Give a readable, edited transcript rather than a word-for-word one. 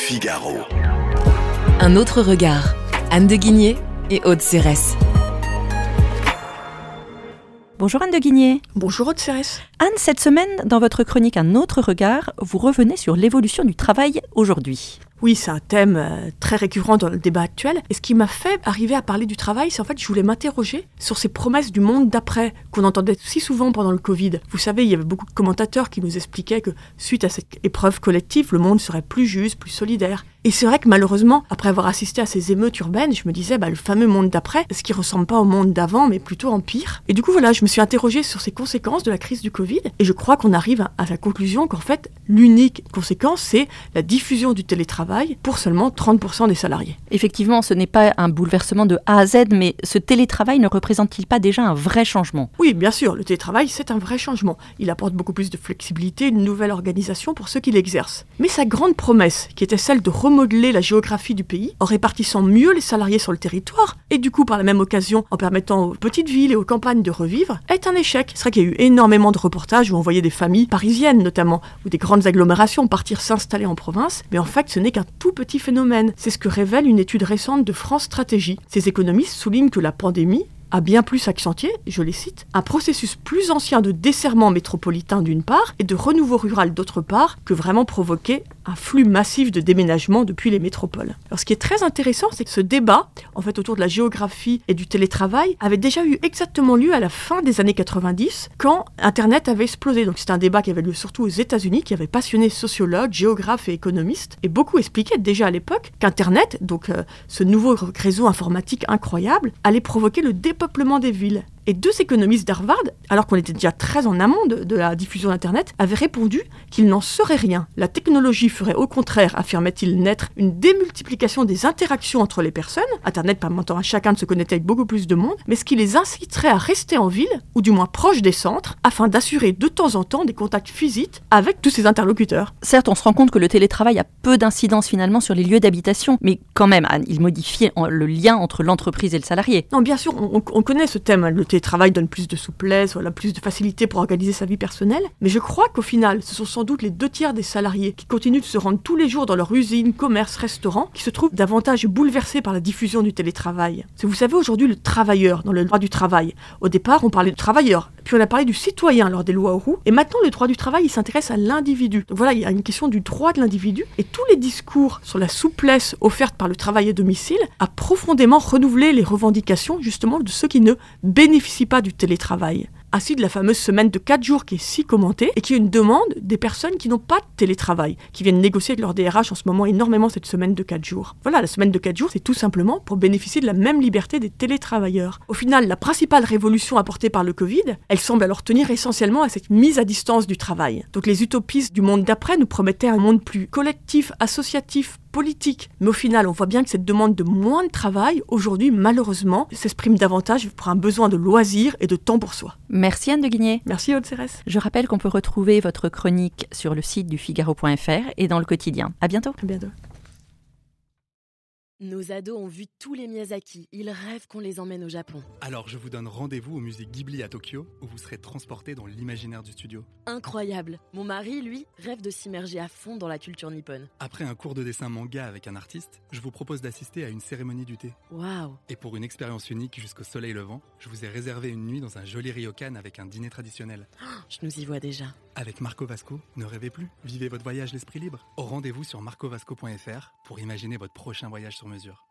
Figaro. Un autre regard. Anne de Guigné et Aude Cérès. Bonjour Anne de Guigné. Bonjour Aude Cérès. Anne, cette semaine, dans votre chronique Un autre regard, vous revenez sur l'évolution du travail aujourd'hui. Oui, c'est un thème très récurrent dans le débat actuel. Et ce qui m'a fait arriver à parler du travail, c'est en fait, je voulais m'interroger sur ces promesses du monde d'après qu'on entendait si souvent pendant le Covid. Vous savez, il y avait beaucoup de commentateurs qui nous expliquaient que suite à cette épreuve collective, le monde serait plus juste, plus solidaire. Et c'est vrai que malheureusement, après avoir assisté à ces émeutes urbaines, je me disais, le fameux monde d'après, ce qui ressemble pas au monde d'avant, mais plutôt en pire. Et du coup, voilà, je me suis interrogée sur ces conséquences de la crise du Covid. Et je crois qu'on arrive à la conclusion qu'en fait, l'unique conséquence, c'est la diffusion du télétravail pour seulement 30% des salariés. Effectivement, ce n'est pas un bouleversement de A à Z, mais ce télétravail ne représente-t-il pas déjà un vrai changement ? Oui, bien sûr, le télétravail, c'est un vrai changement. Il apporte beaucoup plus de flexibilité, une nouvelle organisation pour ceux qui l'exercent. Mais sa grande promesse, qui était celle de remodeler la géographie du pays, en répartissant mieux les salariés sur le territoire, et du coup, par la même occasion, en permettant aux petites villes et aux campagnes de revivre, est un échec. C'est vrai qu'il y a eu énormément de reportages où on voyait des familles parisiennes, notamment, ou des grandes agglomérations partir s'installer en province, mais en fait, ce n'est qu'un tout petit phénomène. C'est ce que révèle une étude récente de France Stratégie. Ces économistes soulignent que la pandémie a bien plus accentué, je les cite, un processus plus ancien de desserrement métropolitain d'une part et de renouveau rural d'autre part que vraiment provoquer un flux massif de déménagement depuis les métropoles. Alors ce qui est très intéressant, c'est que ce débat, en fait autour de la géographie et du télétravail, avait déjà eu exactement lieu à la fin des années 90, quand Internet avait explosé. Donc c'est un débat qui avait lieu surtout aux États-Unis, qui avait passionné sociologues, géographes et économistes, et beaucoup expliquaient déjà à l'époque qu'Internet, donc ce nouveau réseau informatique incroyable, allait provoquer le dépeuplement des villes. Et deux économistes d'Harvard, alors qu'on était déjà très en amont de la diffusion d'Internet, avaient répondu qu'il n'en serait rien. La technologie ferait au contraire, affirmait-il, naître une démultiplication des interactions entre les personnes, Internet permettant à chacun de se connecter avec beaucoup plus de monde, mais ce qui les inciterait à rester en ville, ou du moins proche des centres, afin d'assurer de temps en temps des contacts physiques avec tous ces interlocuteurs. Certes, on se rend compte que le télétravail a peu d'incidence finalement sur les lieux d'habitation, mais quand même, Anne, il modifie le lien entre l'entreprise et le salarié. Non, bien sûr, on connaît ce thème, le télétravail donne plus de souplesse, voilà, plus de facilité pour organiser sa vie personnelle. Mais je crois qu'au final, ce sont sans doute les 2/3 des salariés qui continuent de se rendre tous les jours dans leur usine, commerce, restaurant, qui se trouvent davantage bouleversés par la diffusion du télétravail. Vous savez, aujourd'hui, le travailleur, dans le droit du travail, au départ, on parlait de travailleur, puis on a parlé du citoyen lors des lois Auroux, et maintenant, le droit du travail, il s'intéresse à l'individu. Donc voilà, il y a une question du droit de l'individu, et tous les discours sur la souplesse offerte par le travail à domicile a profondément renouvelé les revendications, justement, de ceux qui ne bénéficient pas du télétravail. Ainsi de la fameuse semaine de 4 jours qui est si commentée et qui est une demande des personnes qui n'ont pas de télétravail, qui viennent négocier avec leur DRH en ce moment énormément cette semaine de 4 jours. Voilà, la semaine de 4 jours, c'est tout simplement pour bénéficier de la même liberté des télétravailleurs. Au final, la principale révolution apportée par le Covid, elle semble alors tenir essentiellement à cette mise à distance du travail. Donc les utopistes du monde d'après nous promettaient un monde plus collectif, associatif, politique. Mais au final, on voit bien que cette demande de moins de travail, aujourd'hui, malheureusement, s'exprime davantage pour un besoin de loisirs et de temps pour soi. Merci Anne de Guigné. Merci Aude Cérès. Je rappelle qu'on peut retrouver votre chronique sur le site du Figaro.fr et dans le quotidien. À bientôt. À bientôt. Nos ados ont vu tous les Miyazaki. Ils rêvent qu'on les emmène au Japon. Alors je vous donne rendez-vous au musée Ghibli à Tokyo, où vous serez transportés dans l'imaginaire du studio. Incroyable. Mon mari, lui, rêve de s'immerger à fond dans la culture nippone. Après un cours de dessin manga avec un artiste, je vous propose d'assister à une cérémonie du thé. Waouh. Et pour une expérience unique jusqu'au soleil levant, je vous ai réservé une nuit dans un joli ryokan avec un dîner traditionnel. Je nous y vois déjà. Avec Marco Vasco, ne rêvez plus, vivez votre voyage l'esprit libre. Au rendez-vous sur marcovasco.fr pour imaginer votre prochain voyage sur mesure.